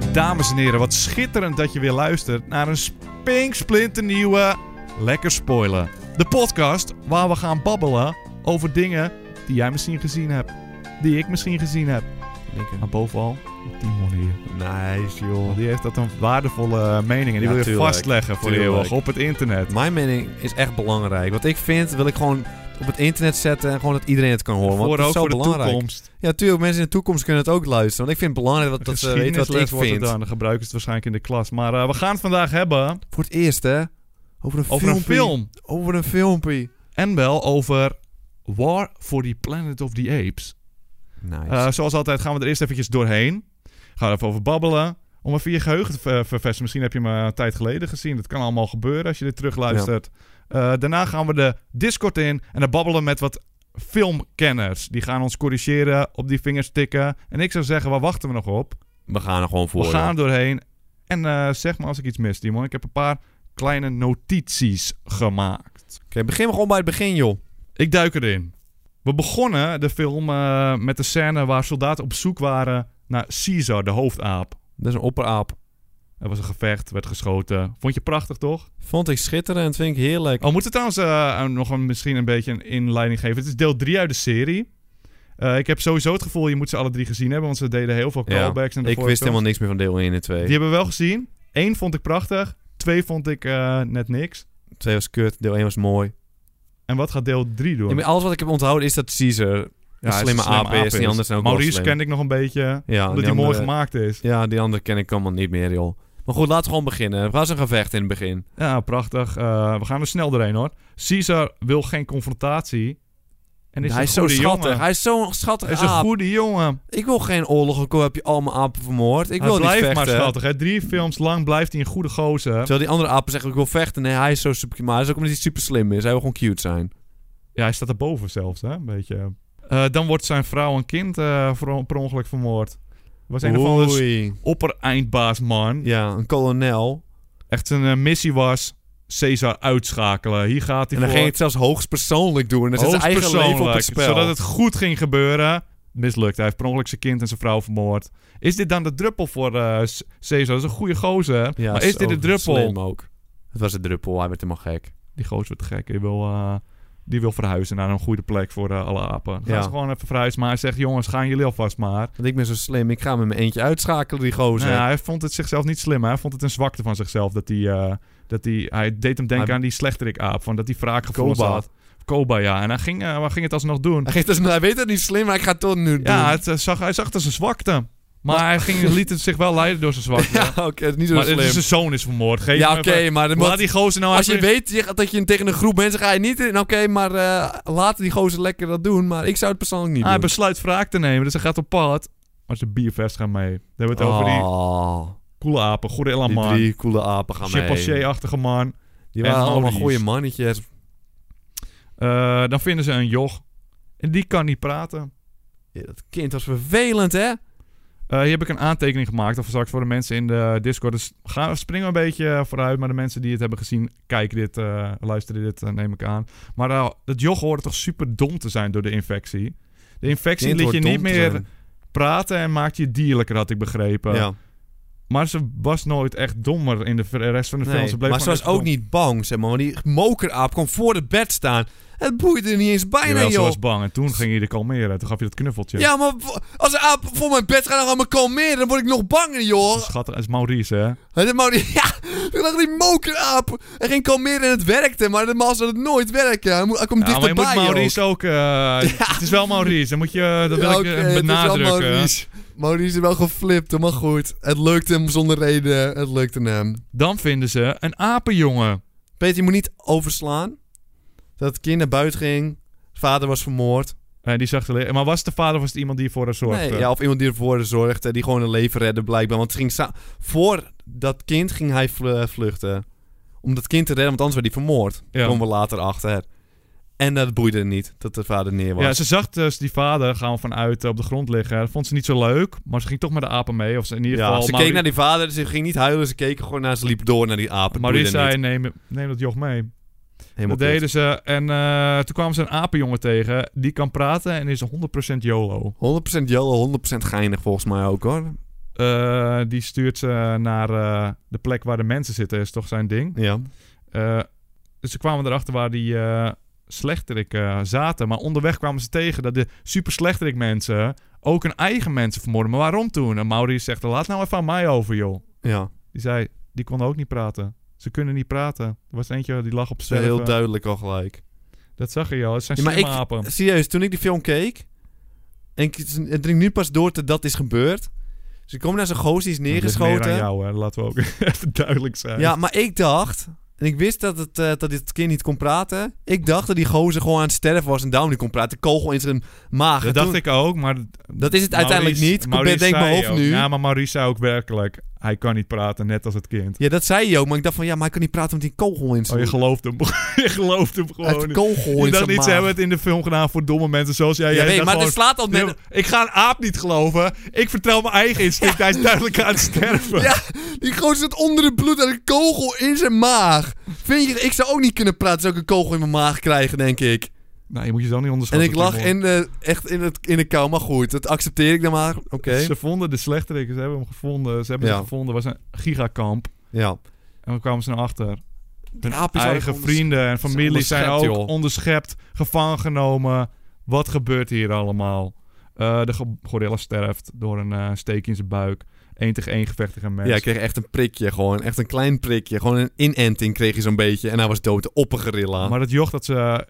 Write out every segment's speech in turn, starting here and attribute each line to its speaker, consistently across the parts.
Speaker 1: Dames en heren, wat schitterend dat je weer luistert naar een spinksplinternieuwe Lekker Spoilen. De podcast waar we gaan babbelen over dingen die jij misschien gezien hebt. Die ik misschien gezien heb. Maar bovenal Timon hier.
Speaker 2: Nice, joh.
Speaker 1: Die heeft dat een waardevolle mening en die wil je vastleggen voor eeuwig op het internet.
Speaker 2: Mijn mening is echt belangrijk. Wat ik vind, wil ik gewoon op het internet zetten en gewoon dat iedereen het kan horen. Want het is zo belangrijk. De toekomst. Ja, tuurlijk. Mensen in de toekomst kunnen het ook luisteren. Want ik vind het belangrijk dat ze weten wat ik vind.
Speaker 1: Dan gebruiken ze het waarscheinlijk in de klas. Maar we gaan het vandaag hebben...
Speaker 2: Voor het eerst, hè? Over een film. Over een filmpje.
Speaker 1: En wel over War for the Planet of the Apes.
Speaker 2: Nice.
Speaker 1: Zoals altijd gaan we er eerst eventjes doorheen. Gaan we even over babbelen. Om even je geheugen te verversen. Misschien heb je me een tijd geleden gezien. Dat kan allemaal gebeuren als je dit terugluistert. Ja. Daarna gaan we de Discord in. En dan babbelen met wat filmkenners. Die gaan ons corrigeren, op die vingers tikken. En ik zou zeggen, waar wachten we nog op?
Speaker 2: We gaan er gewoon voor.
Speaker 1: We gaan er doorheen. En zeg maar als ik iets mis, Timon. Ik heb een paar kleine notities gemaakt.
Speaker 2: Oké, begin maar gewoon bij het begin, joh.
Speaker 1: Ik duik erin. We begonnen de film met de scène waar soldaten op zoek waren naar Caesar, de hoofdaap.
Speaker 2: Dat is een opperaap.
Speaker 1: Er was een gevecht, werd geschoten. Vond je prachtig, toch?
Speaker 2: Vond ik schitterend, vind ik heerlijk.
Speaker 1: Oh, moeten we trouwens nog misschien een beetje een inleiding geven. Het is deel 3 uit de serie. Ik heb sowieso het gevoel, je moet ze alle 3 gezien hebben, want ze deden heel veel callbacks.
Speaker 2: Ja, ik wist helemaal niks meer van deel 1 en 2.
Speaker 1: Die hebben we wel gezien. 1 vond ik prachtig. 2 vond ik net niks.
Speaker 2: 2 was kut, deel 1 was mooi.
Speaker 1: En wat gaat deel 3 doen?
Speaker 2: Ja, alles wat ik heb onthouden is dat Caesar een slimme aap is. Die anderen zijn ook
Speaker 1: Maurice kende ik nog een beetje, omdat hij mooi gemaakt is.
Speaker 2: Ja, die andere ken ik allemaal niet meer, joh. Maar goed, laten we gewoon beginnen. We gaan eens een gevecht in het begin.
Speaker 1: Ja, prachtig. We gaan er snel doorheen, hoor. Caesar wil geen confrontatie. En
Speaker 2: hij is zo schattig. Jongen. Hij is zo'n schattig aap.
Speaker 1: Hij is een goede jongen.
Speaker 2: Ik wil geen oorlog, ook al heb je allemaal apen vermoord. Ik wil niet vechten.
Speaker 1: Hij blijft maar schattig, hè. 3 films lang blijft hij een goede gozer.
Speaker 2: Terwijl die andere apen zeggen, ik wil vechten. Nee, hij is zo super... Maar hij is ook omdat hij super slim is. Hij wil gewoon cute zijn.
Speaker 1: Ja, hij staat erboven zelfs, hè. Een beetje. Dan wordt zijn vrouw en kind per ongeluk vermoord. Was een of andere oppereindbaasman.
Speaker 2: Ja, een kolonel.
Speaker 1: Echt zijn missie was Caesar uitschakelen. Hier gaat hij
Speaker 2: en dan ging het zelfs hoogstpersoonlijk doen. En dan zet zijn eigen leven op het spel.
Speaker 1: Zodat het goed ging gebeuren. Mislukt. Hij heeft per ongeluk zijn kind en zijn vrouw vermoord. Is dit dan de druppel voor Caesar? Dat is een goede gozer. Ja, maar is dit de druppel?
Speaker 2: Slim ook. Het was de druppel. Hij werd helemaal gek.
Speaker 1: Die gozer werd gek. Die wil verhuizen naar een goede plek voor alle apen. Gaan ze gewoon even verhuizen. Maar hij zegt, jongens, gaan jullie alvast maar.
Speaker 2: Want ik ben zo slim. Ik ga met mijn eentje uitschakelen, die gozer.
Speaker 1: Nou, hij vond het zichzelf niet slim. Hij vond het een zwakte van zichzelf. Hij deed hem denken aan die slechterik-aap. Van dat hij wraakgevoelens had. Koba, ja. En hij ging het alsnog doen.
Speaker 2: Hij weet het niet slim, maar ik ga het toch nu doen.
Speaker 1: Ja, hij zag het als een zwakte. Maar hij liet het zich wel leiden door zijn zwakte.
Speaker 2: Ja, oké, het is niet zo slim.
Speaker 1: Zijn zoon is vermoord.
Speaker 2: Maar
Speaker 1: laat die gozer nou
Speaker 2: als je weet dat je tegen een groep mensen ga je niet in. Oké, maar laten die gozer lekker dat doen. Maar ik zou het persoonlijk niet doen.
Speaker 1: Hij besluit wraak te nemen, dus hij gaat op pad. Maar zijn biervest gaan mee. Dan hebben we het over die coole apen. Gorilla man.
Speaker 2: Die 3 coole apen gaan mee.
Speaker 1: Chimpanzee-achtige man.
Speaker 2: Die waren allemaal goede mannetjes.
Speaker 1: Dan vinden ze een joch. En die kan niet praten.
Speaker 2: Ja, dat kind was vervelend, hè?
Speaker 1: Hier heb ik een aantekening gemaakt. Of straks voor de mensen in de Discord. Dus springen we een beetje vooruit. Maar de mensen die het hebben gezien, kijken dit, luisteren dit, neem ik aan. Maar dat joch hoorde toch super dom te zijn door de infectie. De infectie liet je niet meer praten en maakt je dierlijker, had ik begrepen.
Speaker 2: Ja.
Speaker 1: Maar ze was nooit echt dommer in de rest van de film.
Speaker 2: Maar ze was ook niet bang, zeg maar. Want die mokeraap kon voor het bed staan. Het boeide er niet eens bijna, joh.
Speaker 1: Ze was bang en toen ging je de kalmeren. Toen gaf je dat knuffeltje.
Speaker 2: Ja, maar als een aap voor mijn bed gaat en gaan me kalmeren, dan word ik nog banger, joh.
Speaker 1: Dat is schattig. Dat is Maurice, hè?
Speaker 2: Ja, ik dacht die mokeraap. Hij ging kalmeren en het werkte, maar normaal zou het nooit werken. Hij komt dichterbij,
Speaker 1: maar je moet Maurice ook... Het is wel Maurice. Dan moet je... Dat wil ik benadrukken.
Speaker 2: Maurice is wel geflipt, maar goed. Het lukte hem zonder reden. Het lukte hem.
Speaker 1: Dan vinden ze een apenjongen.
Speaker 2: Peter, je moet niet overslaan. Dat het kind naar buiten ging. Vader was vermoord.
Speaker 1: Die zag maar was het de vader of was het iemand die ervoor zorgde?
Speaker 2: Nee, ja, of iemand die ervoor zorgde. Die gewoon een leven redde blijkbaar. Want het ging voor dat kind ging hij vluchten. Om dat kind te redden, want anders werd hij vermoord.
Speaker 1: Ja.
Speaker 2: Komen we later achter. En dat boeide niet, dat de vader neer was.
Speaker 1: Ja, ze zag dus die vader gaan vanuit op de grond liggen. Dat vond ze niet zo leuk, maar ze ging toch met de apen mee. Of ze in ieder geval...
Speaker 2: Ze keek naar die vader, ze ging niet huilen. Ze keken gewoon naar, ze liep door naar die apen.
Speaker 1: Maar die zei, neem dat joch mee.
Speaker 2: Helemaal
Speaker 1: dat deden ze. En toen kwamen ze een apenjongen tegen. Die kan praten en is 100% YOLO.
Speaker 2: 100% YOLO, 100% geinig volgens mij ook, hoor.
Speaker 1: Die stuurt ze naar de plek waar de mensen zitten, is toch zijn ding.
Speaker 2: Ja.
Speaker 1: Dus ze kwamen erachter waar die slechterik zaten. Maar onderweg kwamen ze tegen dat de super slechterik mensen ook hun eigen mensen vermoorden. Maar waarom toen? En Maurice zegt, laat nou even aan mij over, joh.
Speaker 2: Ja.
Speaker 1: Die zei, die konden ook niet praten. Ze kunnen niet praten. Er was eentje die lag op sterven.
Speaker 2: Heel duidelijk al gelijk.
Speaker 1: Dat zag je, joh. Het zijn slimme apen.
Speaker 2: Serieus, toen ik die film keek... En het dringt nu pas door dat is gebeurd. Dus ik kom naar zo'n goos, die is neergeschoten.
Speaker 1: Dat ligt meer aan jou, hè. Laten we ook even duidelijk zijn.
Speaker 2: Ja, maar ik dacht... En ik wist dat dit kind niet kon praten. Ik dacht dat die gozer gewoon aan het sterven was en daarom niet kon praten. De kogel in zijn maag.
Speaker 1: Dat dacht ik ook, maar...
Speaker 2: Dat is het uiteindelijk niet.
Speaker 1: Maurice
Speaker 2: denk mijn hoofd nu.
Speaker 1: Ja, maar Maurice zei ook werkelijk... Hij kan niet praten, net als het kind.
Speaker 2: Ja, dat zei je ook. Maar ik dacht van, ja, maar hij kan niet praten met die kogel in zijn...
Speaker 1: Oh, je gelooft hem. Je gelooft hem gewoon.
Speaker 2: Het kogel in zijn maag.
Speaker 1: Ze hebben het in de film gedaan voor domme mensen zoals jij.
Speaker 2: Ja, maar gewoon, er slaat al...
Speaker 1: Nee, ik ga een aap niet geloven. Ik vertrouw mijn eigen instinct. Hij is duidelijk aan het sterven.
Speaker 2: Ja, die gozer zit onder het bloed en een kogel in zijn maag. Vind je, ik zou ook niet kunnen praten. Zou ik een kogel in mijn maag krijgen, denk ik.
Speaker 1: Nou, je moet je zo niet onderschatten.
Speaker 2: En ik lag echt in de kou. Maar goed, dat accepteer ik dan maar. Oké.
Speaker 1: Ze vonden de slechterik. Ze hebben hem gevonden. Ze hebben hem gevonden. Het was een gigakamp.
Speaker 2: Ja.
Speaker 1: En we kwamen ze naar achter. Hun
Speaker 2: apen
Speaker 1: eigen vrienden en familie zijn ook onderschept, gevangen genomen. Wat gebeurt hier allemaal? De gorilla sterft door een steek in zijn buik. 1 tegen 1 gevecht tegen een mens.
Speaker 2: Ja, ik kreeg echt een prikje gewoon. Echt een klein prikje. Gewoon een inenting kreeg je zo'n beetje. En hij was dood op een gorilla.
Speaker 1: Maar dat joch dat ze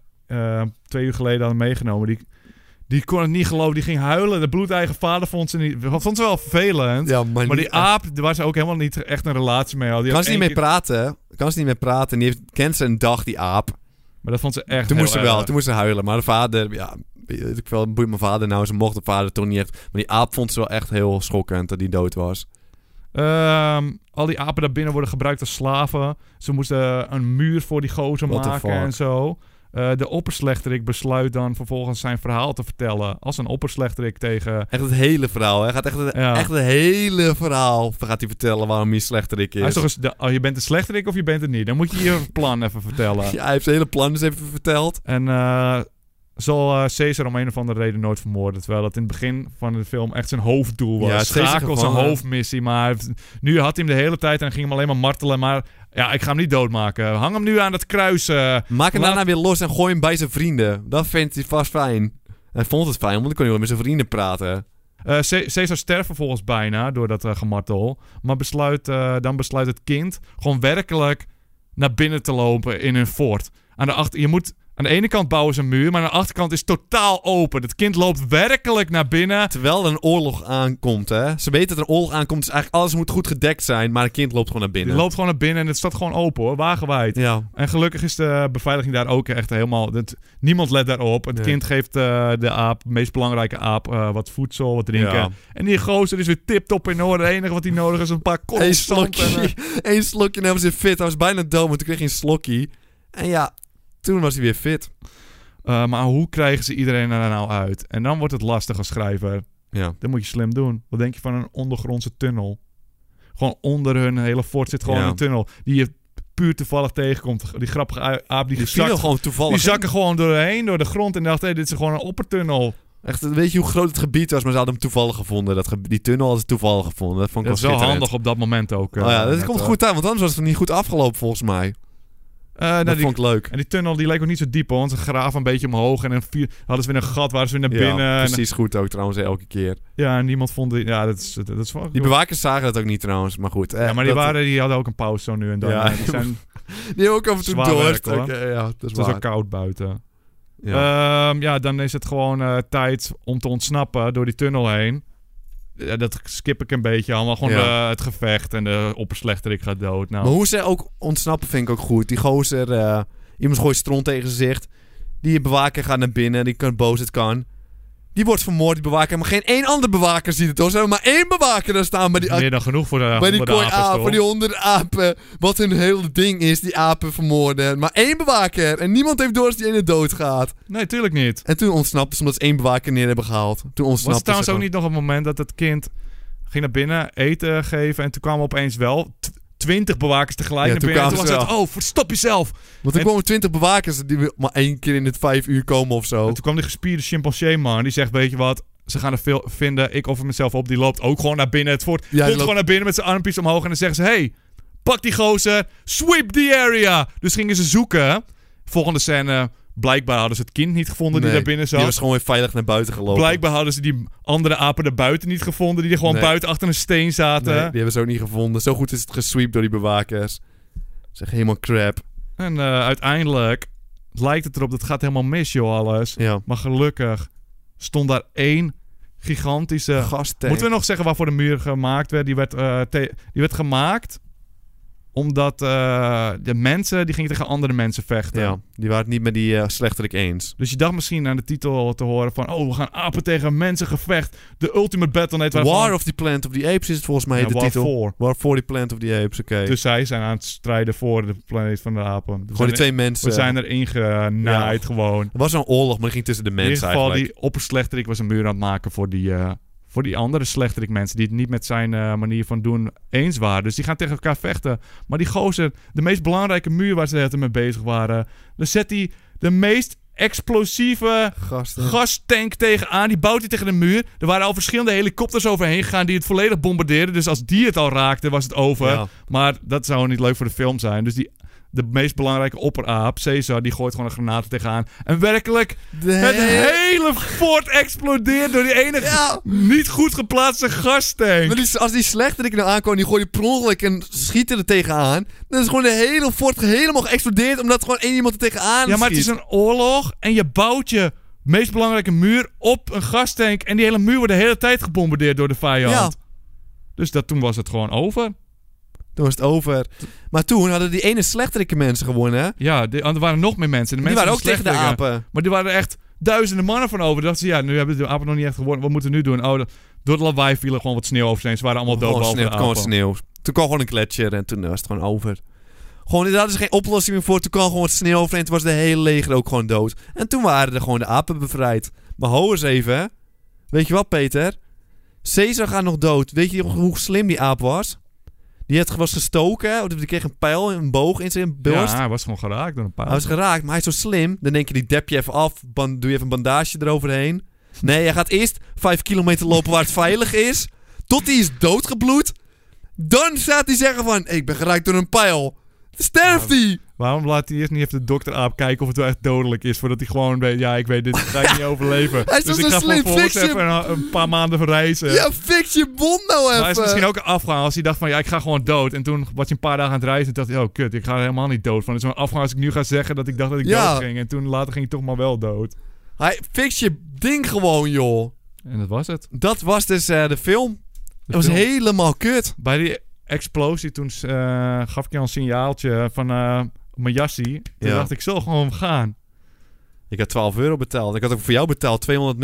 Speaker 1: 2 uur geleden hadden meegenomen... Die kon het niet geloven. Die ging huilen. De bloedeigen vader vond ze wel vervelend. Ja, maar die aap, waar ze ook helemaal niet echt een relatie mee hadden.
Speaker 2: Kan ze niet meer praten. Die kent ze een dag, die aap.
Speaker 1: Maar dat vond ze echt
Speaker 2: Toen moest ze huilen. Maar de vader... Ja, weet ik wel, boeit mijn vader nou. Ze mocht de vader toch niet echt... Maar die aap vond ze wel echt heel schokkend dat die dood was.
Speaker 1: Al die apen daar binnen worden gebruikt als slaven. Ze moesten een muur voor die gozer maken en zo. De opperslechterik besluit dan vervolgens zijn verhaal te vertellen. Als een opperslechterik tegen...
Speaker 2: Echt het hele verhaal. Hij gaat echt het hele verhaal gaat hij vertellen waarom hij slechterik is.
Speaker 1: Hij is toch eens je bent een slechterik of je bent het niet? Dan moet je je plan even vertellen.
Speaker 2: Ja, hij heeft zijn hele plan dus even verteld.
Speaker 1: En zal Caesar om een of andere reden nooit vermoorden. Terwijl dat in het begin van de film echt zijn hoofddoel was. Ja, Schakel zijn hoofdmissie. Maar nu had hij hem de hele tijd en ging hem alleen maar martelen. Maar ja, ik ga hem niet doodmaken. Hang hem nu aan het kruis.
Speaker 2: Maak hem daarna weer los en gooi hem bij zijn vrienden. Dat vindt hij vast fijn. Hij vond het fijn, want dan kon hij wel met zijn vrienden praten.
Speaker 1: Caesar sterft vervolgens bijna door dat gemartel. Maar dan besluit het kind gewoon werkelijk naar binnen te lopen in hun fort. Aan de ene kant bouwen ze een muur, maar aan de achterkant is totaal open. Het kind loopt werkelijk naar binnen.
Speaker 2: Terwijl er een oorlog aankomt, hè. Ze weten dat er een oorlog aankomt, dus eigenlijk alles moet goed gedekt zijn. Maar het kind loopt gewoon naar binnen.
Speaker 1: Het loopt gewoon naar binnen en het staat gewoon open, hoor. Wagenwijd.
Speaker 2: Ja.
Speaker 1: En gelukkig is de beveiliging daar ook echt helemaal... Niemand let daarop. Het kind geeft de aap, de meest belangrijke aap, wat voedsel, wat drinken. Ja. En die gozer is weer tip-top in orde. Het enige wat hij nodig is een paar korrels zand.
Speaker 2: Eén slokje en dan was hij fit. Hij was bijna dood, maar toen kreeg hij een slokje. En ja... Toen was hij weer fit.
Speaker 1: Maar hoe krijgen ze iedereen er nou uit? En dan wordt het lastig als schrijver.
Speaker 2: Ja.
Speaker 1: Dat moet je slim doen. Wat denk je van een ondergrondse tunnel? Gewoon onder hun hele fort zit gewoon een tunnel. Die je puur toevallig tegenkomt. Die grappige aap die zakken gewoon doorheen, door de grond. En dacht, dit is gewoon een oppertunnel.
Speaker 2: Echt, weet je hoe groot het gebied was? Maar ze hadden hem toevallig gevonden. Die tunnel hadden ze toevallig gevonden. Dat vond ik
Speaker 1: wel handig op dat moment ook.
Speaker 2: Dat komt goed aan, want anders was het niet goed afgelopen volgens mij. Dat vond ik leuk.
Speaker 1: En die tunnel die leek ook niet zo diep, hoor. Want ze graven een beetje omhoog. En dan hadden ze weer een gat waar ze weer naar binnen.
Speaker 2: Ja, precies goed ook trouwens, elke keer.
Speaker 1: Ja, en niemand vond... Ja, dat is wel...
Speaker 2: Die bewakers zagen dat ook niet trouwens, maar goed.
Speaker 1: Ja, maar die hadden ook een pauze zo nu en dan.
Speaker 2: Ja.
Speaker 1: Die
Speaker 2: hebben ook af en toe dorst.
Speaker 1: Het is ook koud buiten. Ja. Dan is het gewoon tijd om te ontsnappen door die tunnel heen. Dat skip ik een beetje allemaal. Gewoon het gevecht en de opperslechterik gaat dood. Nou.
Speaker 2: Maar hoe ze ook ontsnappen vind ik ook goed. Die gozer, iemand gooit stront tegen zijn gezicht. Die bewaker gaat naar binnen. Die kan boos, het kan. Die wordt vermoord, die bewaker. Maar geen één ander bewaker ziet het, hoor. Ze hebben maar 1 bewaker daar staan. Bij die,
Speaker 1: meer dan genoeg voor de
Speaker 2: apen. Voor die 100 apen. Wat hun hele ding is, die apen vermoorden. Maar 1 bewaker. En niemand heeft door als die ene doodgaat.
Speaker 1: Nee, tuurlijk niet.
Speaker 2: En toen ontsnapte ze omdat ze 1 bewaker neer hebben gehaald. Toen ontsnapte
Speaker 1: was het trouwens ook niet nog een moment dat het kind ging naar binnen eten geven. En toen kwamen opeens wel 20 bewakers tegelijk naar binnen. En toen was het, verstop jezelf.
Speaker 2: Want er kwamen 20 bewakers die maar 1 keer in het 5 uur komen of zo.
Speaker 1: En toen kwam die gespierde chimpansee man. Die zegt, weet je wat, Ze gaan er vinden. Ik offer mezelf op. Die loopt ook gewoon naar binnen. Het fort komt gewoon naar binnen met zijn armpjes omhoog. En dan zeggen ze... Hey, pak die gozer. Sweep the area. Dus gingen ze zoeken. Volgende scène... Blijkbaar hadden ze het kind niet gevonden die daar binnen zat.
Speaker 2: Die was gewoon weer veilig naar buiten gelopen.
Speaker 1: Blijkbaar hadden ze die andere apen er buiten niet gevonden. Die er gewoon buiten achter een steen zaten.
Speaker 2: Nee, die hebben ze ook niet gevonden. Zo goed is het gesweept door die bewakers. Zeg helemaal crap.
Speaker 1: En uiteindelijk lijkt het erop dat het gaat helemaal mis, joh, alles.
Speaker 2: Ja.
Speaker 1: Maar gelukkig stond daar 1 gigantische...
Speaker 2: Gastank.
Speaker 1: Moeten we nog zeggen waarvoor de muur gemaakt werd? Die werd gemaakt... Omdat de mensen, die gingen tegen andere mensen vechten.
Speaker 2: Ja, die waren het niet met die slechterik eens.
Speaker 1: Dus je dacht misschien aan de titel te horen van... Oh, we gaan apen tegen mensen gevecht. De Ultimate Battle Net.
Speaker 2: War of the Planet of the Apes is het volgens mij de titel. War for the Planet of the Apes, oké.
Speaker 1: Dus zij zijn aan het strijden voor de planeet van de apen.
Speaker 2: Gewoon die 2 mensen.
Speaker 1: We zijn erin genaaid gewoon.
Speaker 2: Er was een oorlog, maar die ging tussen de mensen eigenlijk.
Speaker 1: In ieder geval, die opperslechterik was een muur aan het maken voor die andere slechterik mensen die het niet met zijn manier van doen eens waren. Dus die gaan tegen elkaar vechten. Maar die gozer, de meest belangrijke muur waar ze het mee bezig waren, dan zet hij de meest explosieve gastank tegenaan. Die bouwt hij tegen de muur. Er waren al verschillende helikopters overheen gegaan die het volledig bombardeerden. Dus als die het al raakte, was het over. Ja. Maar dat zou niet leuk voor de film zijn. Dus de meest belangrijke opperaap, Caesar, die gooit gewoon een granaat er tegenaan. En werkelijk, het hele fort explodeert door die ene niet goed geplaatste gastank.
Speaker 2: Maar als die slechterik nou aankomt, die gooit per ongeluk en schiet er tegenaan. Dan is gewoon de hele fort helemaal geëxplodeerd, omdat gewoon 1 iemand er tegenaan schiet.
Speaker 1: Ja, maar het is een oorlog en je bouwt je meest belangrijke muur op een gastank. En die hele muur wordt de hele tijd gebombardeerd door de vijand. Ja. Dus toen was het gewoon over.
Speaker 2: Toen was het over. Maar toen hadden die ene slechterikke mensen gewonnen, hè?
Speaker 1: Ja, er waren nog meer mensen.
Speaker 2: Die waren ook tegen de apen.
Speaker 1: Maar die waren er echt duizenden mannen van over. Dan dachten ze, nu hebben de apen nog niet echt gewonnen. Wat moeten we nu doen? Oh, door het lawaai viel er gewoon wat sneeuw over. Ze waren allemaal dood behalve de apen.
Speaker 2: Sneeuw. Toen kwam gewoon een gletsjer en toen was het gewoon over. Gewoon, daar hadden ze geen oplossing meer voor. Toen kwam gewoon wat sneeuw over en toen was de hele leger ook gewoon dood. En toen waren er gewoon de apen bevrijd. Maar ho eens even, hè? Weet je wat, Peter? Caesar gaat nog dood. Weet je hoe slim die aap was? Die was gestoken, die kreeg een pijl, een boog in zijn borst.
Speaker 1: Ja, hij was gewoon geraakt door een pijl.
Speaker 2: Hij was geraakt, maar hij is zo slim. Dan denk je, die dep je even af, doe je even een bandage eroverheen. Nee, hij gaat eerst 5 kilometer lopen waar het veilig is. Tot hij is doodgebloed. Dan gaat hij zeggen van, ik ben geraakt door een pijl. Dan sterft hij.
Speaker 1: Waarom laat hij eerst niet even de dokteraap kijken of het wel echt dodelijk is? Voordat hij gewoon weet, ik weet, dit ga ik niet overleven.
Speaker 2: Hij is
Speaker 1: dus
Speaker 2: ik
Speaker 1: ga
Speaker 2: slim,
Speaker 1: vervolgens even een paar maanden verreizen.
Speaker 2: Ja, fix je bond nou even.
Speaker 1: Maar hij is misschien ook afgegaan als hij dacht van, ik ga gewoon dood. En toen was hij een paar dagen aan het reizen en dacht hij, kut, ik ga er helemaal niet dood van. Het is zo'n afgaan als ik nu ga zeggen dat ik dacht dat ik dood ging. En toen later ging hij toch maar wel dood.
Speaker 2: Hij fix je ding gewoon, joh.
Speaker 1: En dat was het.
Speaker 2: Dat was dus de film. Het was helemaal kut.
Speaker 1: Bij die explosie, toen gaf ik je al een signaaltje van mijn jassie. Toen dacht ik, zal gewoon gaan.
Speaker 2: Ik had €12 betaald. Ik had ook voor jou betaald.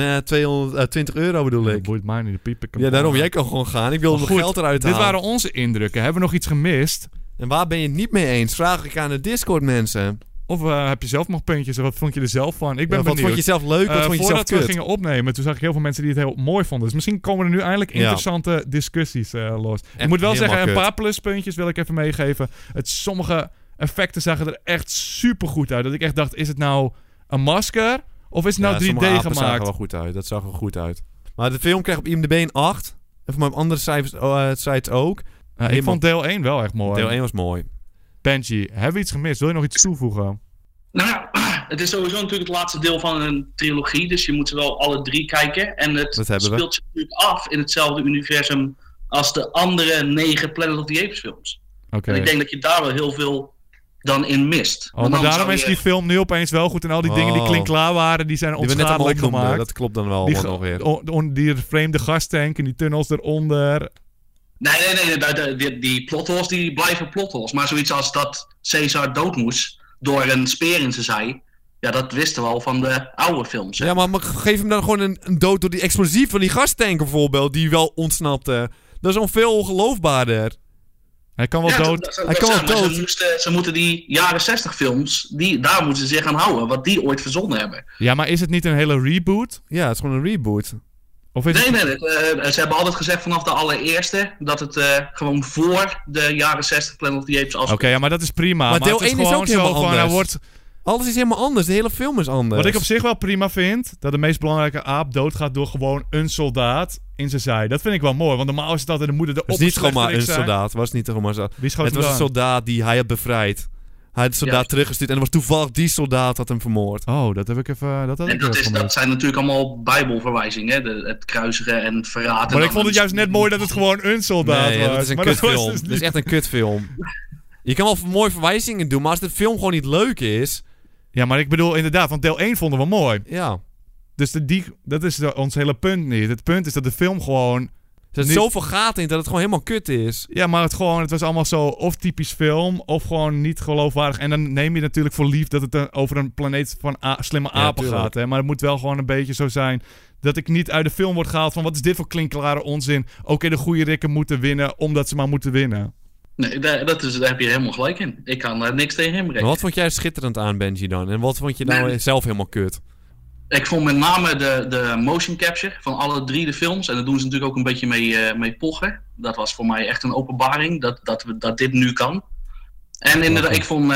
Speaker 2: 220 euro bedoel ik.
Speaker 1: Dat boeit mij niet, de piep.
Speaker 2: Ja, daarom. Jij kan gewoon gaan. Ik wilde nog geld eruit halen.
Speaker 1: Dit waren onze indrukken. Hebben we nog iets gemist?
Speaker 2: En waar ben je het niet mee eens? Vraag ik aan de Discord, mensen.
Speaker 1: Of heb je zelf nog puntjes? Wat vond je er zelf van? Ik ben benieuwd.
Speaker 2: Wat vond je zelf leuk? Wat vond je zelf
Speaker 1: voordat
Speaker 2: kut?
Speaker 1: we gingen opnemen, toen zag ik heel veel mensen die het heel mooi vonden. Dus misschien komen er nu eindelijk interessante discussies los. Ik moet wel zeggen, een paar pluspuntjes wil ik even meegeven. Sommige effecten zagen er echt super goed uit. Dat ik echt dacht, is het nou een masker? Of is het nou 3D gemaakt?
Speaker 2: Dat zag er wel goed uit. Dat zag er goed uit. Maar de film kreeg op IMDb een 8. En voor mijn andere sites ook.
Speaker 1: Ik vond deel 1 wel echt mooi.
Speaker 2: Deel 1 was mooi.
Speaker 1: Benji, hebben we iets gemist? Wil je nog iets toevoegen?
Speaker 3: Nou ja, het is sowieso natuurlijk het laatste deel van een trilogie. Dus je moet ze wel alle 3 kijken. En het speelt zich natuurlijk af in hetzelfde universum als de andere 9 Planet of the Apes films. En ik denk dat je daar wel heel veel dan in mist.
Speaker 1: Maar daarom is die film nu opeens wel goed. En al die dingen die klinkklaar waren, die zijn onschadelijk gemaakt.
Speaker 2: Dat klopt dan wel nog weer.
Speaker 1: Die vreemde gastank en die tunnels eronder.
Speaker 3: Nee. Die plotholes die blijven plotholes. Maar zoiets als dat Caesar dood moest door een speer in zijn zij. Ja, dat wisten we al van de oude films. Hè?
Speaker 2: Ja, maar geef hem dan gewoon een dood door die explosief van die gastank bijvoorbeeld. Die wel ontsnapte. Dat is al veel ongeloofbaarder.
Speaker 1: Hij kan wel dood.
Speaker 2: Hij kan wel dood.
Speaker 3: Ze moeten die jaren 60 films, daar moeten ze zich aan houden. Wat die ooit verzonnen hebben.
Speaker 1: Ja, maar is het niet een hele reboot?
Speaker 2: Ja, het is gewoon een reboot.
Speaker 1: Of is
Speaker 3: nee, ze hebben altijd gezegd vanaf de allereerste dat het gewoon voor de jaren 60 Planet of the Apes afspeelt.
Speaker 1: Oké, ja, maar dat is prima.
Speaker 2: Maar deel 1 is ook helemaal anders. Alles is helemaal anders. De hele film is anders.
Speaker 1: Wat ik op zich wel prima vind, dat de meest belangrijke aap doodgaat door gewoon een soldaat in zijn zij. Dat vind ik wel mooi, want normaal is het altijd de moeder de
Speaker 2: Het was niet gewoon maar een soldaat. Was niet gewoon maar zo. Het was een soldaat die hij had bevrijd. Hij had de soldaat teruggestuurd en het was toevallig die soldaat had hem vermoord.
Speaker 1: Oh, dat heb ik even...
Speaker 3: Dat zijn natuurlijk allemaal bijbelverwijzingen, het kruisigen en het verraden.
Speaker 1: Maar ik vond het juist net mooi dat het gewoon een soldaat was.
Speaker 2: Dat is een kutfilm. Dat is echt een kutfilm. Je kan wel mooie verwijzingen doen, maar als de film gewoon niet leuk is...
Speaker 1: Ja, maar ik bedoel inderdaad, want deel 1 vonden we mooi.
Speaker 2: Ja.
Speaker 1: Dus dat is ons hele punt niet. Het punt is dat de film gewoon...
Speaker 2: Er zit zoveel gaten in dat het gewoon helemaal kut is.
Speaker 1: Ja, maar het was allemaal zo of typisch film of gewoon niet geloofwaardig. En dan neem je natuurlijk voor lief dat het over een planeet van slimme apen gaat. Hè? Maar het moet wel gewoon een beetje zo zijn dat ik niet uit de film word gehaald van wat is dit voor klinkklare onzin. Oké, de goede rikken moeten winnen omdat ze maar moeten winnen.
Speaker 3: Nee, daar heb je helemaal gelijk in. Ik kan daar niks tegen inbrengen.
Speaker 2: Maar wat vond jij schitterend aan, Benji, dan? En wat vond je nou zelf helemaal kut?
Speaker 3: Ik vond met name de motion capture van alle 3 de films. En daar doen ze natuurlijk ook een beetje mee pochen. Dat was voor mij echt een openbaring dat dit nu kan. En inderdaad, ik vond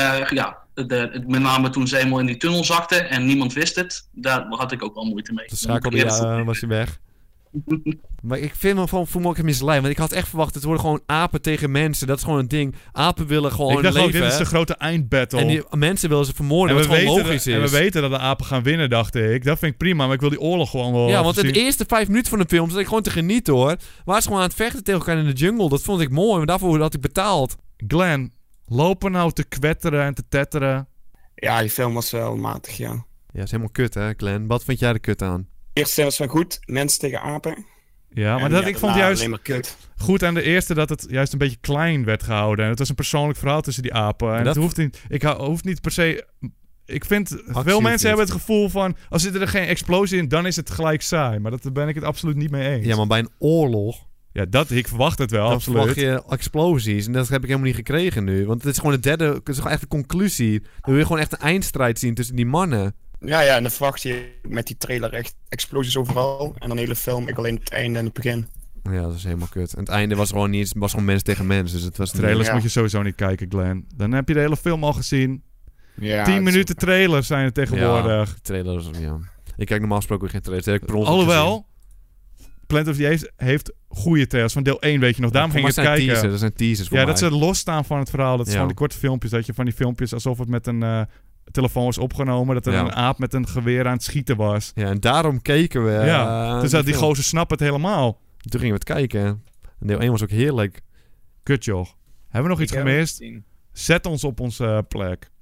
Speaker 3: met name toen ze eenmaal in die tunnel zakten en niemand wist het. Daar had ik ook wel moeite mee.
Speaker 2: De was hij weg. Maar ik voel me ook misleid. Want ik had echt verwacht, het worden gewoon apen tegen mensen. Dat is gewoon een ding. Apen willen gewoon leven.
Speaker 1: Ik dacht ook, dit is de grote eindbattle.
Speaker 2: En die mensen willen ze vermoorden, wat gewoon logisch is.
Speaker 1: En we weten dat de apen gaan winnen, dacht ik. Dat vind ik prima, maar ik wil die oorlog gewoon wel...
Speaker 2: Ja, want de eerste 5 minuten van de film zat ik gewoon te genieten, hoor. Waar ze gewoon aan het vechten tegen elkaar in de jungle. Dat vond ik mooi, maar daarvoor had ik betaald.
Speaker 1: Glenn, lopen nou te kwetteren en te tetteren?
Speaker 4: Ja, die film was wel matig, ja.
Speaker 2: Ja, dat is helemaal kut, hè, Glenn? Wat vind jij er kut aan?
Speaker 4: Eerste was wel goed, mensen tegen apen.
Speaker 1: Ja, maar ik vond juist
Speaker 4: alleen maar kut.
Speaker 1: Goed aan de eerste dat het juist een beetje klein werd gehouden. En het was een persoonlijk verhaal tussen die apen. En het hoeft niet per se... Ik vind, veel mensen hebben het gevoel van... als er geen explosie in, dan is het gelijk saai. Maar daar ben ik het absoluut niet mee eens.
Speaker 2: Ja, maar bij een oorlog...
Speaker 1: Ja, ik verwacht het wel,
Speaker 2: dan
Speaker 1: absoluut.
Speaker 2: Dan verwacht je explosies. En dat heb ik helemaal niet gekregen nu. Want het is gewoon het is gewoon echt de conclusie. Dan wil je gewoon echt een eindstrijd zien tussen die mannen.
Speaker 4: Ja, en dan verwacht je met die trailer echt explosies overal. En dan de hele film, ik alleen het einde en het begin.
Speaker 2: Ja, dat is helemaal kut. En het einde was gewoon niet... was gewoon mens tegen mens. Dus het was
Speaker 1: trailers moet je sowieso niet kijken, Glenn. Dan heb je de hele film al gezien.
Speaker 4: Ja,
Speaker 1: 10 minuten trailers zijn er tegenwoordig.
Speaker 2: Ja, trailers, ja. Ik kijk normaal gesproken geen trailers.
Speaker 1: Alhoewel, Planet of the Apes heeft goede trailers. Van deel 1 weet je nog. Daarom ging ik het kijken.
Speaker 2: Dat zijn teasers voor
Speaker 1: mij.
Speaker 2: dat
Speaker 1: ze losstaan van het verhaal. Dat is gewoon die korte filmpjes. Dat je van die filmpjes alsof het met een... telefoon was opgenomen dat er een aap met een geweer aan het schieten was.
Speaker 2: Ja, en daarom keken we.
Speaker 1: Dus dat die gozer snapt het helemaal.
Speaker 2: Toen gingen we het kijken. En deel 1 was ook heerlijk.
Speaker 1: Kut joh. Hebben we nog iets gemist? Zet ons op onze plek.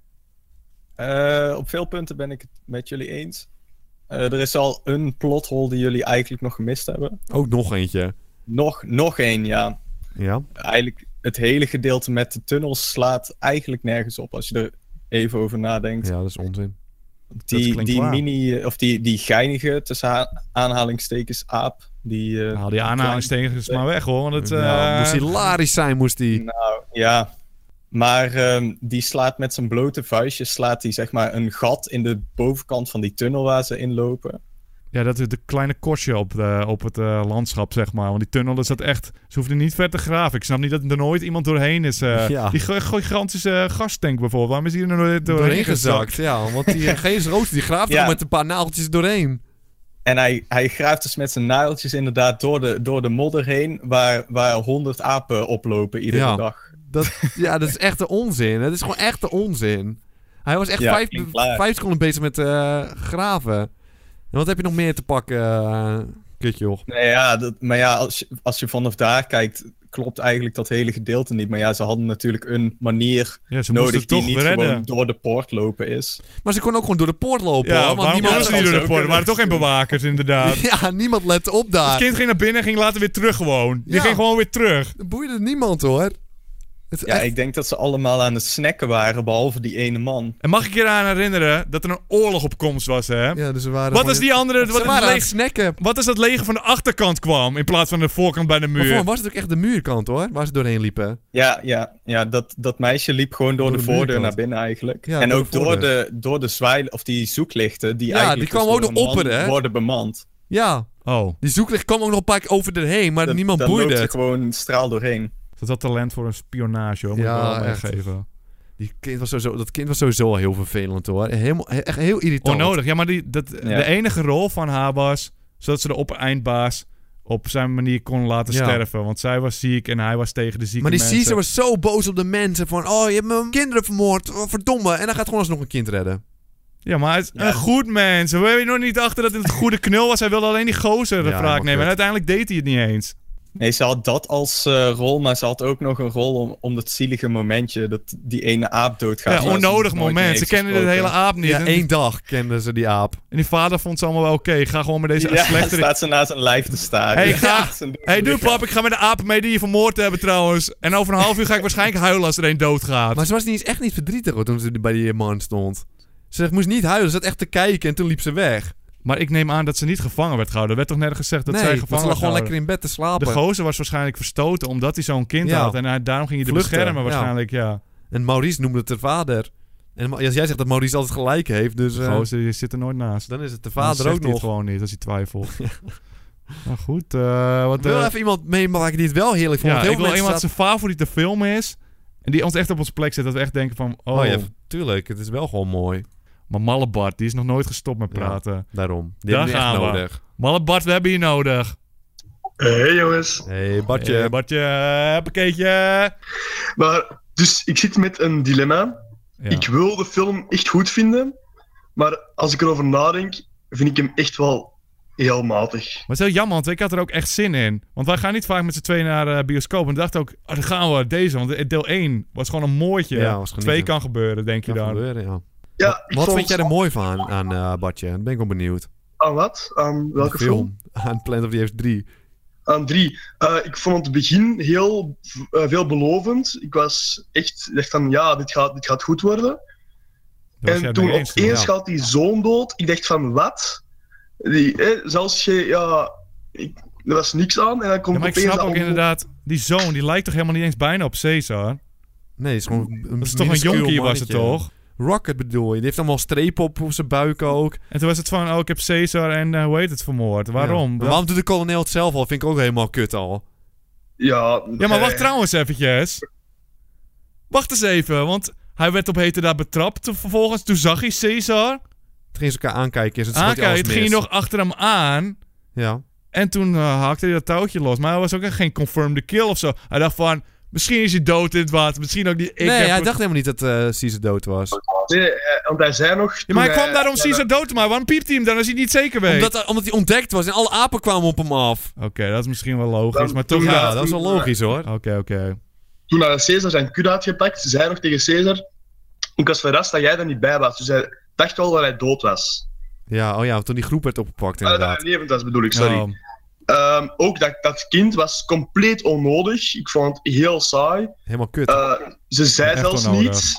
Speaker 5: Op veel punten ben ik het met jullie eens. Er is al een plothole die jullie eigenlijk nog gemist hebben.
Speaker 2: Ook nog eentje.
Speaker 5: Nog één, ja.
Speaker 2: Ja.
Speaker 5: Eigenlijk het hele gedeelte met de tunnels slaat eigenlijk nergens op als je er even over nadenkt.
Speaker 2: Ja, dat is onzin.
Speaker 5: Die geinige, tussen aanhalingstekens, aap.
Speaker 1: Haal die aanhalingstekens maar weg, hoor. Want het
Speaker 2: moest hilarisch zijn, moest die.
Speaker 5: Nou, ja. Maar die slaat met zijn blote vuistje zeg maar een gat in de bovenkant van die tunnel waar ze in lopen.
Speaker 1: Ja, dat is de kleine korstje op het landschap, zeg maar. Want die tunnel is dat echt... Ze hoefden niet ver te graven. Ik snap niet dat er nooit iemand doorheen is. Die gigantische gastank bijvoorbeeld. Waarom is die er nooit doorheen gezakt?
Speaker 2: Ja, want die geesrooster die graaft er met een paar naaltjes doorheen.
Speaker 5: En hij graaft dus met zijn naaltjes inderdaad door de modder heen... waar 100 apen oplopen iedere dag.
Speaker 2: Dat is echt de onzin. Het is gewoon echt de onzin. Hij was echt 5 seconden bezig met graven. En wat heb je nog meer te pakken, kutjoh?
Speaker 5: Nee, ja, maar ja, als je vanaf daar kijkt, klopt eigenlijk dat hele gedeelte niet. Maar ja, ze hadden natuurlijk een manier nodig die niet gewoon door de poort lopen is.
Speaker 2: Maar ze kon ook gewoon door de poort lopen.
Speaker 1: Ja, want niemand niet door de poort. Er waren toch geen bewakers, inderdaad.
Speaker 2: Ja, niemand lette op daar.
Speaker 1: Het kind ging naar binnen en ging later weer terug gewoon. Die ging gewoon weer terug.
Speaker 2: Dat boeide niemand, hoor.
Speaker 5: Ik denk dat ze allemaal aan het snacken waren, behalve die ene man.
Speaker 1: En mag ik je eraan herinneren dat er een oorlog op komst was, hè?
Speaker 2: Ja, dus waren
Speaker 1: wat is die andere...
Speaker 2: Ze waren aan het snacken.
Speaker 1: Wat is dat leger van de achterkant kwam, in plaats van de voorkant bij de muur?
Speaker 2: Maar was het ook echt de muurkant, hoor, waar ze doorheen liepen.
Speaker 5: Ja, dat meisje liep gewoon door de voordeur naar binnen eigenlijk. Ja, en ook door de zwijlen, of die zoeklichten, die eigenlijk
Speaker 2: die kwamen ook nog opperen,
Speaker 5: worden bemand.
Speaker 2: Ja, die zoeklicht kwam ook nog een paar keer over erheen, maar niemand boeide.
Speaker 5: Daar loopt er gewoon een straal doorheen.
Speaker 1: Dat talent voor een spionage, hoor. Moet ik wel meegeven.
Speaker 2: Dat kind was sowieso al heel vervelend hoor. Echt heel irritant.
Speaker 1: Onnodig. Ja, maar de enige rol van haar was... zodat ze de op-eindbaas op zijn manier kon laten sterven. Want zij was ziek en hij was tegen de zieke mensen.
Speaker 2: Maar die Caesar was zo boos op de mensen. Van, je hebt mijn kinderen vermoord. Verdomme. En dan gaat gewoon alsnog een kind redden.
Speaker 1: Ja, maar hij is een goed mens. We hebben nog niet achter dat het een goede knul was. Hij wilde alleen die gozer de wraak nemen. En uiteindelijk deed hij het niet eens.
Speaker 5: Nee, ze had dat als rol, maar ze had ook nog een rol om dat zielige momentje, dat die ene aap doodgaat.
Speaker 1: Ja, onnodig moment. Ze kenden de hele aap niet.
Speaker 2: Ja, 1 dag kenden ze die aap.
Speaker 1: En die vader vond ze allemaal wel oké. Ga gewoon met deze
Speaker 5: slechte... Ja, staat ze naast zijn lijf te staren.
Speaker 1: Doe pap, ik ga met de aap mee die je vermoord hebben trouwens. En over een half uur ga ik waarschijnlijk huilen als er een doodgaat.
Speaker 2: Maar ze was echt niet verdrietig hoor, toen ze bij die man stond. Ze moest niet huilen, ze zat echt te kijken en toen liep ze weg.
Speaker 1: Maar ik neem aan dat ze niet gevangen werd gehouden. Er werd toch net gezegd dat zij gevangen werd
Speaker 2: gehouden? Gewoon lekker in bed te slapen.
Speaker 1: De gozer was waarschijnlijk verstoten omdat hij zo'n kind had. En daarom ging hij de beschermen waarschijnlijk,
Speaker 2: En Maurice noemde het de vader. En als jij zegt dat Maurice altijd gelijk heeft, dus...
Speaker 1: De gozer die zit er nooit naast.
Speaker 2: Dan is het de vader ook nog.
Speaker 1: Het gewoon niet, als hij twijfelt. Nou goed.
Speaker 2: Ik wil even iemand meemaken die het wel heerlijk vond.
Speaker 1: Ja, ik wil iemand zijn favoriete film is. En die ons echt op onze plek zet. Dat we echt denken van...
Speaker 2: Oh ja, tuurlijk. Het is wel gewoon mooi.
Speaker 1: Maar Malle Bart, die is nog nooit gestopt met praten.
Speaker 2: Ja, daarom. Die
Speaker 1: hebben we echt nodig. Malle Bart, we hebben je nodig.
Speaker 6: Hey jongens.
Speaker 2: Hey Bartje.
Speaker 1: Hey Bartje, pakkeetje.
Speaker 6: Maar, dus ik zit met een dilemma. Ja. Ik wil de film echt goed vinden. Maar als ik erover nadenk, vind ik hem echt wel heel matig. Maar
Speaker 1: het is heel jammer, want ik had er ook echt zin in. Want wij gaan niet vaak met z'n tweeën naar bioscoop. En dacht ook, dan gaan we deze. Want deel 1 was gewoon een mooitje. Ja, 2 kan gebeuren, denk je dan.
Speaker 2: Gebeuren, ja.
Speaker 6: Ja,
Speaker 2: wat vind jij er mooi van aan Bartje? Dan ben ik wel benieuwd.
Speaker 6: Aan wat? Aan welke film?
Speaker 2: Aan Planet of the Apes 3.
Speaker 6: Aan 3. Ik vond het begin heel veelbelovend. Ik dacht van, dit gaat goed worden. En toen opeens gaat die zoon dood. Ik dacht van, wat? Er was niks aan. En dan komt
Speaker 1: maar ik snap ook inderdaad, die zoon, die lijkt toch helemaal niet eens bijna op Caesar?
Speaker 2: Nee, is gewoon
Speaker 1: dat is toch een jonkie was het toch?
Speaker 2: Rocket bedoel je? Die heeft allemaal strepen op zijn buik ook.
Speaker 1: En toen was het van, ik heb Caesar en hoe heet het vermoord? Waarom?
Speaker 2: Ja. Waarom doet de kolonel het zelf al? Vind ik ook helemaal kut al.
Speaker 6: Ja,
Speaker 1: maar wacht trouwens eventjes. Wacht eens even, want hij werd op heterdaad betrapt. Vervolgens, toen zag hij Caesar.
Speaker 2: Toen ging ze elkaar aankijken.
Speaker 1: Het ging nog achter hem aan.
Speaker 2: Ja.
Speaker 1: En toen hakte hij dat touwtje los. Maar hij was ook echt geen confirmed kill of zo. Hij dacht van... Misschien is hij dood in het water. Misschien ook niet.
Speaker 2: Hij dacht helemaal niet dat Caesar dood was.
Speaker 6: Nee, want hij zei nog...
Speaker 1: Ja, maar hij kwam daar om Caesar dood te maken. Waarom piept hij hem dan als hij het niet zeker weet?
Speaker 2: Omdat hij ontdekt was en alle apen kwamen op hem af.
Speaker 1: Oké, dat is misschien wel logisch. Maar toch... Ja,
Speaker 2: dat is wel logisch hoor.
Speaker 1: Oké.
Speaker 6: Toen hij Caesar zijn kuur had gepakt, zei hij nog tegen Caesar... Ik was verrast dat jij er niet bij was. Dus hij dacht wel dat hij dood was.
Speaker 2: Ja, toen die groep werd opgepakt inderdaad.
Speaker 6: Dat hij levend was bedoel ik, sorry. Ook dat kind was compleet onnodig. Ik vond het heel saai.
Speaker 2: Helemaal kut.
Speaker 6: Ze zei zelfs niets.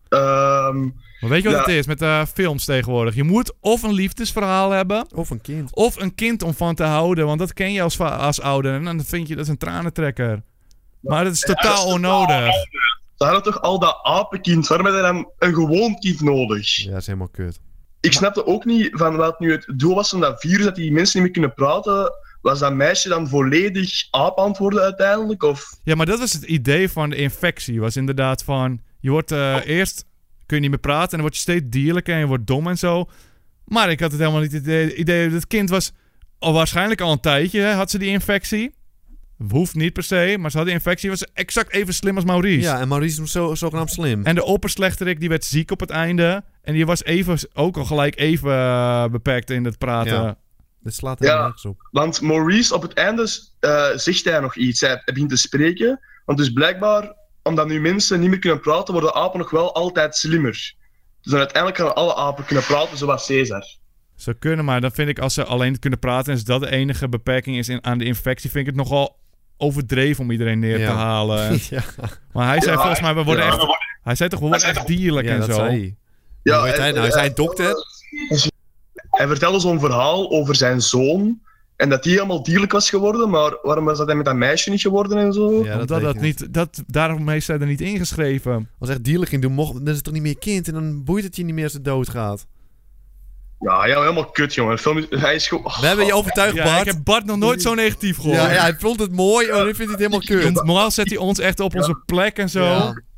Speaker 1: Maar weet je wat het is met films tegenwoordig? Je moet of een liefdesverhaal hebben...
Speaker 2: Of een kind.
Speaker 1: Of een kind om van te houden. Want dat ken je als ouder. En dan vind je dat is een tranentrekker. Maar dat is totaal onnodig.
Speaker 6: Ze hadden toch al dat apenkind. Waarom hebben ze dan een gewoon kind nodig?
Speaker 2: Ja, dat is helemaal kut.
Speaker 6: Ik snapte ook niet van wat nu het doel was van dat virus, dat die mensen niet meer kunnen praten. Was dat meisje dan volledig aap antwoorden uiteindelijk? Of?
Speaker 1: Ja, maar dat was het idee van de infectie. Was inderdaad van... Je wordt eerst... Kun je niet meer praten en dan word je steeds dierlijker en je wordt dom en zo. Maar ik had het helemaal niet het idee... Het kind was waarschijnlijk al een tijdje... Had ze die infectie. Hoeft niet per se, maar ze had die infectie. Was exact even slim als Maurice.
Speaker 2: Ja, en Maurice was zogenaamd slim.
Speaker 1: En de opperslechterik die werd ziek op het einde. En die was ook al gelijk even beperkt in het praten.
Speaker 2: Ja. Dit slaat helemaal nergens op.
Speaker 6: Want Maurice op het einde zegt hij nog iets. Hij begint te spreken. Want dus blijkbaar, omdat nu mensen niet meer kunnen praten, worden apen nog wel altijd slimmer. Dus dan uiteindelijk gaan alle apen kunnen praten, zoals Caesar.
Speaker 1: Zou kunnen, maar dan vind ik als ze alleen kunnen praten... en als dat de enige beperking is aan de infectie... vind ik het nogal overdreven om iedereen neer te halen. Ja. Maar hij zei volgens mij, we worden echt... Hij zei toch, we worden echt dierlijk en zo.
Speaker 2: Zei hij. Ja, weet hij nou? Is hij dokter?
Speaker 6: Hij vertelde zo'n verhaal over zijn zoon... En dat die helemaal dierlijk was geworden, maar waarom was dat hij met dat meisje niet geworden en zo?
Speaker 1: Ja, daarom heeft zij er niet ingeschreven.
Speaker 2: Als echt dierlijk ging doen, dan is het toch niet meer kind en dan boeit het je niet meer als het doodgaat.
Speaker 6: Ja, helemaal kut, jongen. Hij is gewoon...
Speaker 2: We hebben je overtuigd, Bart.
Speaker 1: Ik heb Bart nog nooit zo negatief gehoord.
Speaker 2: Ja, hij vond het mooi, maar nu vindt hij het helemaal kut.
Speaker 1: Normaal zet hij ons echt op onze plek en zo. Ja.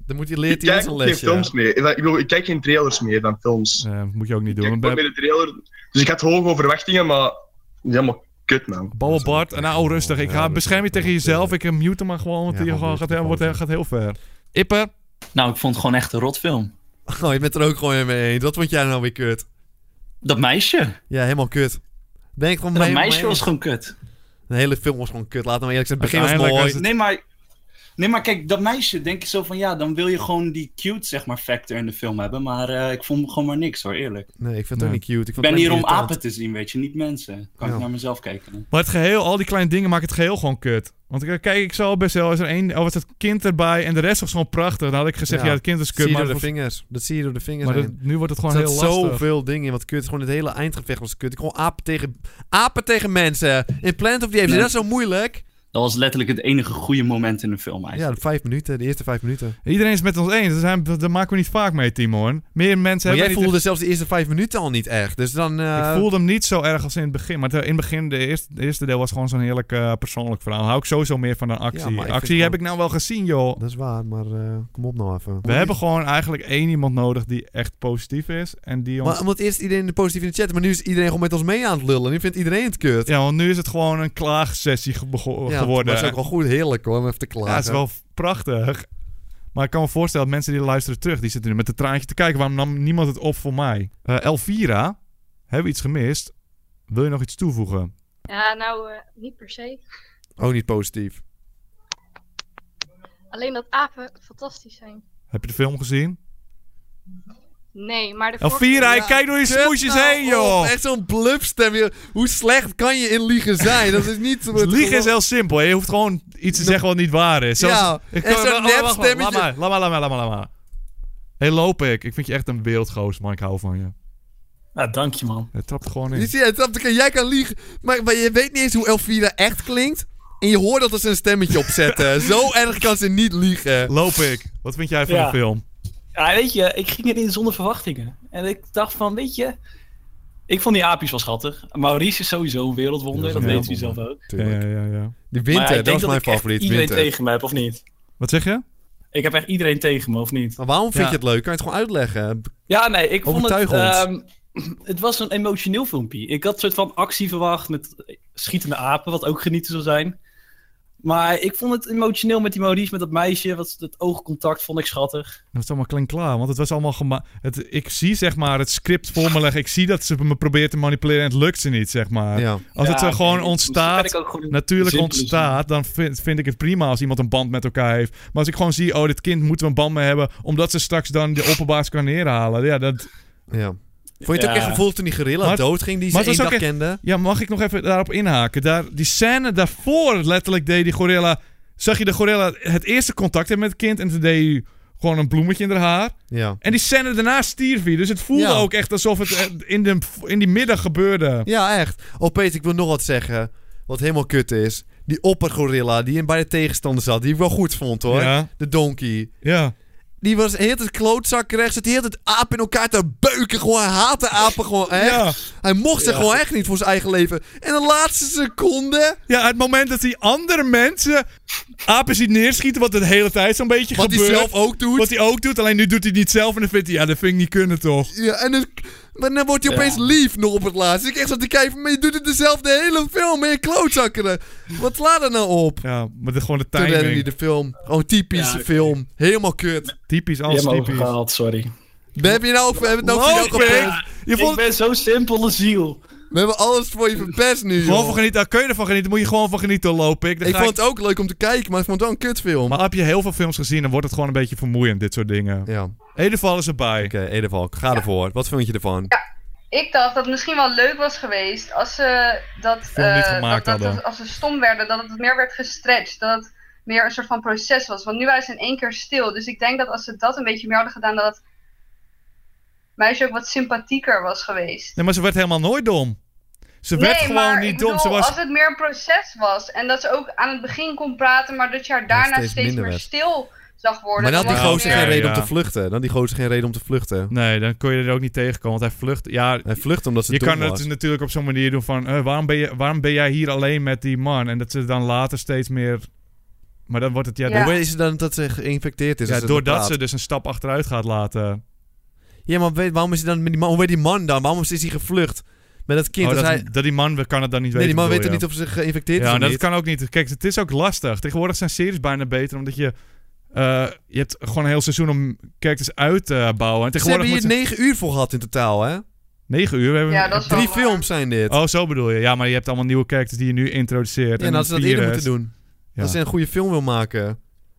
Speaker 2: Dan leert hij ons een lesje.
Speaker 6: Ik kijk geen films meer. Ik kijk geen trailers meer dan films.
Speaker 1: Dat moet je ook niet doen.
Speaker 6: Ik kijk de trailer. Dus ik had hoge verwachtingen, maar helemaal kut, man.
Speaker 1: Babbel Bart, nou rustig. Ik ga bescherm je tegen jezelf. Ik mute hem maar gewoon, want die gaat heel ver. Ipper?
Speaker 7: Nou, ik vond het gewoon echt een rotfilm.
Speaker 2: Oh, je bent er ook gewoon mee eens. Wat vond jij nou weer kut?
Speaker 7: Dat meisje.
Speaker 2: Ja, helemaal kut. Ben ik gewoon
Speaker 7: dat meisje was gewoon kut.
Speaker 2: De hele film was gewoon kut. Laat me eerlijk zijn. Het begin was mooi.
Speaker 7: Nee, maar kijk, dat meisje, denk ik zo van... Ja, dan wil je gewoon die cute, zeg maar, factor in de film hebben. Maar ik vond gewoon maar niks, hoor, eerlijk.
Speaker 2: Nee, ik vind het ook niet cute.
Speaker 7: Ik ben hier om apen te zien, weet je. Niet mensen. Kan ik naar mezelf kijken. Dan.
Speaker 1: Maar het geheel, al die kleine dingen maken het geheel gewoon kut. Want kijk, ik zou best wel... was het kind erbij en de rest was gewoon prachtig. Dan had ik gezegd, het kind is kut.
Speaker 2: Zie je door de vingers. Dat zie je door de vingers.
Speaker 1: Maar nu wordt het gewoon heel lastig.
Speaker 2: Zoveel dingen in wat kut. Gewoon het hele eindgevecht was kut. Gewoon apen tegen mensen. In Planet of the Apes. Is dat zo moeilijk?
Speaker 7: Dat was letterlijk het enige goede moment in de film eigenlijk.
Speaker 2: Ja, de 5 minuten. De eerste 5 minuten.
Speaker 1: Iedereen is met ons eens. Daar maken we niet vaak mee, Timon. Meer mensen
Speaker 2: maar jij voelde zelfs de eerste 5 minuten al niet echt. Dus dan...
Speaker 1: Ik voelde hem niet zo erg als in het begin. Maar in het begin, de eerste deel was gewoon zo'n heerlijk persoonlijk verhaal. Hou ik sowieso meer van dan actie. Ja, actie heb ik nou wel gezien, joh.
Speaker 2: Dat is waar, maar kom op nou even.
Speaker 1: We hebben gewoon eigenlijk 1 iemand nodig die echt positief is. En die ons...
Speaker 2: Maar omdat eerst iedereen positief in de chat, maar nu is iedereen gewoon met ons mee aan het lullen. Nu vindt iedereen het kut.
Speaker 1: Ja, want nu is het gewoon een klaagsessie geworden.
Speaker 2: Dat is ook wel goed. Heerlijk hoor, om even te klagen.
Speaker 1: Ja, het is wel prachtig. Maar ik kan me voorstellen dat mensen die luisteren terug, die zitten nu met een traantje te kijken. Waarom nam niemand het op voor mij? Elvira, hebben we iets gemist? Wil je nog iets toevoegen?
Speaker 8: Ja, nou, niet per se.
Speaker 2: Ook niet positief.
Speaker 8: Alleen dat apen fantastisch zijn.
Speaker 1: Heb je de film gezien?
Speaker 8: Nee, maar de
Speaker 1: Elvira, kijk door je smoesjes heen, joh.
Speaker 2: Echt zo'n bluffstem. Hoe slecht kan je in liegen zijn? Dat is niet...
Speaker 1: Liegen is heel simpel. Je hoeft gewoon iets te zeggen wat niet waar is.
Speaker 2: Ja, en zo'n nepstemmetje.
Speaker 1: Laat maar. Hey, Lopik. Ik vind je echt een wereldgoos, man. Ik hou van je.
Speaker 7: Ja, dank je, man.
Speaker 1: Hij trapt er gewoon in.
Speaker 2: Jij kan liegen. Maar je weet niet eens hoe Elvira echt klinkt. En je hoort dat ze een stemmetje opzetten. Zo erg kan ze niet liegen.
Speaker 1: Lopik, wat vind jij van de film?
Speaker 7: Ja, weet je, ik ging erin zonder verwachtingen. En ik dacht van, weet je... Ik vond die aapjes wel schattig. Maurice is sowieso een wereldwonder, dat weet u zelf ook.
Speaker 1: Ja.
Speaker 2: Die winter, dat was mijn favoriet.
Speaker 7: Iedereen tegen me heb, of niet?
Speaker 1: Wat zeg je?
Speaker 7: Ik heb echt iedereen tegen me, of niet?
Speaker 2: Maar waarom vind je het leuk? Kan je het gewoon uitleggen?
Speaker 7: Ja, nee, ik vond het... Het was een emotioneel filmpje. Ik had een soort van actie verwacht met schietende apen, wat ook genieten zou zijn. Maar ik vond het emotioneel met die Maurice, met dat meisje. Het oogcontact vond ik schattig.
Speaker 1: Dat is allemaal klinkklaar, want het was allemaal ik zie zeg maar het script voor me leggen. Ik zie dat ze me probeert te manipuleren en het lukt ze niet, zeg maar. Ja. Als het gewoon ontstaat, natuurlijk ontstaat, dan vind ik het prima als iemand een band met elkaar heeft. Maar als ik gewoon zie, dit kind moeten we een band mee hebben, omdat ze straks dan de opperbaas kan neerhalen. Ja, dat...
Speaker 2: Ja. Vond je het ook echt gevoeld toen die gorilla doodging die ze 1 dag kende?
Speaker 1: Ja, mag ik nog even daarop inhaken? Die scène daarvoor, letterlijk deed die gorilla... Zag je de gorilla het eerste contact hebben met het kind... en toen deed hij gewoon een bloemetje in haar haar.
Speaker 2: Ja.
Speaker 1: En die scène daarna stierf hij. Dus het voelde ook echt alsof het in die middag gebeurde.
Speaker 2: Ja, echt. Oh, Peter, ik wil nog wat zeggen. Wat helemaal kut is. Die oppergorilla die bij de tegenstander zat... die ik wel goed vond, hoor. Ja. De donkey.
Speaker 1: Ja.
Speaker 2: Die was heel het klootzakkerig. Zat heel het apen in elkaar te beuken. Gewoon, hij haatte apen gewoon echt. Ja. Hij mocht zich gewoon echt niet voor zijn eigen leven. En de laatste seconde...
Speaker 1: Ja, het moment dat die andere mensen apen ziet neerschieten... wat de hele tijd zo'n beetje gebeurt.
Speaker 2: Wat hij zelf ook doet.
Speaker 1: Wat hij ook doet, alleen nu doet hij het niet zelf. En dan vindt hij, dat vind ik niet kunnen, toch?
Speaker 2: Ja, en maar dan wordt hij opeens lief nog op het laatst. Ik echt zo te kijken, maar je doet het dezelfde hele film. Maar je klootzakkeren. Wat slaat er nou op?
Speaker 1: Ja, maar gewoon de timing.
Speaker 2: Toen redden de film. Gewoon typische film. Helemaal kut.
Speaker 1: Typisch, alles typisch.
Speaker 7: Overgehaald, sorry.
Speaker 2: We hebben het nou
Speaker 7: over ik ben zo'n simpele ziel.
Speaker 2: We hebben alles voor je verpest nu,
Speaker 1: gewoon van genieten. Kun je ervan genieten, moet je gewoon van genieten, lopen.
Speaker 2: Ik vond het ook leuk om te kijken, maar ik vond het wel een kutfilm.
Speaker 1: Maar heb je heel veel films gezien, dan wordt het gewoon een beetje vermoeiend, dit soort dingen.
Speaker 2: Ja.
Speaker 1: Edeval is erbij.
Speaker 2: Oké, Edeval, ga ervoor. Wat vind je ervan?
Speaker 8: Ja, ik dacht dat het misschien wel leuk was geweest als ze als ze stom werden, dat het meer werd gestretched. Dat het meer een soort van proces was. Want nu waren ze in 1 keer stil. Dus ik denk dat als ze dat een beetje meer hadden gedaan, dat het meisje ook wat sympathieker was geweest.
Speaker 1: Nee, maar ze werd helemaal nooit dom. Ze werd gewoon niet dom.
Speaker 8: Als het meer een proces was en dat ze ook aan het begin kon praten, maar dat je haar daarna steeds meer stil zag worden.
Speaker 2: Maar dan had die gozer geen reden om te vluchten.
Speaker 1: Nee, dan kon je er ook niet tegenkomen, want hij vlucht. Ja,
Speaker 2: hij vlucht omdat ze dom was.
Speaker 1: Je kan het natuurlijk op zo'n manier doen van, waarom ben jij hier alleen met die man? En dat ze dan later steeds meer Maar dan wordt het...
Speaker 2: Hoe is het dan dat ze geïnfecteerd is?
Speaker 1: Ja, doordat ze dus een stap achteruit gaat laten.
Speaker 2: Ja, maar waarom is hij dan met die man... Hoe weet die man dan? Waarom is hij gevlucht? Met dat kind.
Speaker 1: Dat die man kan het dan niet weten.
Speaker 2: Nee, die man weet er niet of ze geïnfecteerd is of
Speaker 1: niet.
Speaker 2: Dat
Speaker 1: kan ook niet. Kijk, het is ook lastig. Tegenwoordig zijn series bijna beter, omdat je hebt gewoon een heel seizoen om characters uit te bouwen. En
Speaker 2: tegenwoordig ze hebben hier 9 uur voor gehad in totaal, hè?
Speaker 1: 9 uur? We hebben
Speaker 2: 3 films zijn dit.
Speaker 1: Oh, zo bedoel je. Ja, maar je hebt allemaal nieuwe characters die je nu introduceert.
Speaker 2: En dat ze dat eerder moeten doen. Ja. Als je een goede film wil maken.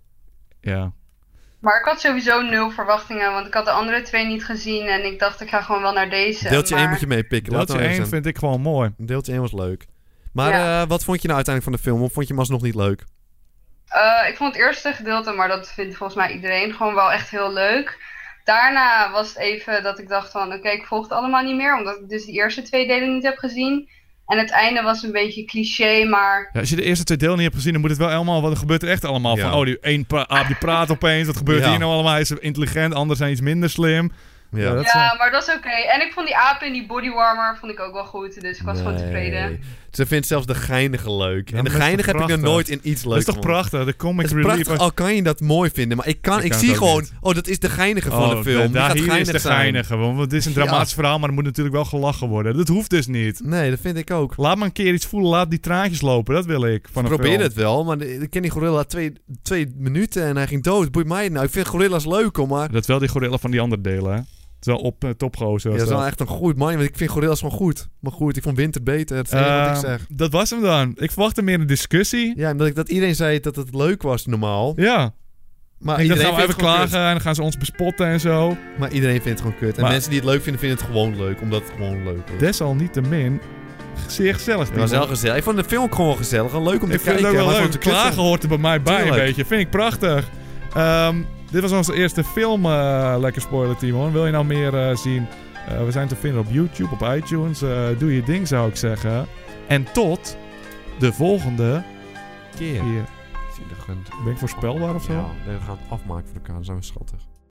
Speaker 1: Ja.
Speaker 8: Maar ik had sowieso 0 verwachtingen, want ik had de andere 2 niet gezien en ik dacht ik ga gewoon wel naar deze.
Speaker 2: Deeltje 1 moet je meepikken.
Speaker 1: Deeltje 1 vind ik gewoon mooi.
Speaker 2: Deeltje 1 was leuk. Maar wat vond je nou uiteindelijk van de film? Of vond je hem alsnog niet leuk?
Speaker 8: Ik vond het eerste gedeelte, maar dat vindt volgens mij iedereen, gewoon wel echt heel leuk. Daarna was het even dat ik dacht van oké, ik volg het allemaal niet meer, omdat ik dus die eerste 2 delen niet heb gezien. En het einde was een beetje cliché, maar...
Speaker 1: Ja, als je de eerste 2 delen niet hebt gezien, dan moet het wel allemaal... Wat gebeurt er echt allemaal? Ja. Van, die één aap die praat opeens. Wat gebeurt hier nou allemaal? Hij is intelligent, anderen zijn iets minder slim.
Speaker 8: Ja, maar dat is oké. En ik vond die aap in die bodywarmer vond ik ook wel goed. Dus ik was gewoon tevreden.
Speaker 2: Ze vindt zelfs de geinige leuk. Ja, en de geinige heb ik nog nooit in iets leuk.
Speaker 1: Dat is toch prachtig? De comic relief.
Speaker 2: Prachtig, al kan je dat mooi vinden. Maar ik zie gewoon... Niet. Oh, dat is de geinige van de film.
Speaker 1: Hier is de geinige. Want het is een dramatisch verhaal, maar er moet natuurlijk wel gelachen worden. Dat hoeft dus niet.
Speaker 2: Nee, dat vind ik ook.
Speaker 1: Laat maar een keer iets voelen. Laat die traantjes lopen. Dat wil ik van een film.
Speaker 2: Ik probeer het wel, maar ik ken die gorilla 2 minuten en hij ging dood. Boeit mij nou. Ik vind gorilla's leuk, maar...
Speaker 1: Dat is wel die gorilla van die andere delen, hè? Het is wel op topgozer.
Speaker 2: Ja, dat is wel echt een goed man. Want ik vind gorilla's gewoon goed. Maar goed, ik vond Winter beter. Dat is wat ik zeg.
Speaker 1: Dat was hem dan. Ik verwachtte meer een discussie.
Speaker 2: Ja, dat iedereen zei dat het leuk was normaal.
Speaker 1: Ja.
Speaker 2: Maar
Speaker 1: dan gaan we even klagen en dan gaan ze ons bespotten en zo.
Speaker 2: Maar iedereen vindt het gewoon kut. En mensen die het leuk vinden, vinden het gewoon leuk. Omdat het gewoon leuk is.
Speaker 1: Desalniettemin zeer gezellig.
Speaker 2: Het was wel gezellig. Ik vond de film ook gewoon gezellig. Gewoon leuk om te kijken.
Speaker 1: Ik vind het ook wel leuk. Klagen hoort er bij mij bij een beetje. Vind ik prachtig. Dit was onze eerste film, Lekker Spoiler Timon. Wil je nou meer zien? We zijn te vinden op YouTube, op iTunes. Doe je ding, zou ik zeggen. En tot de volgende keer. Ben ik voorspelbaar of zo?
Speaker 2: Ja, we gaan het afmaken voor elkaar. Dan zijn we schattig.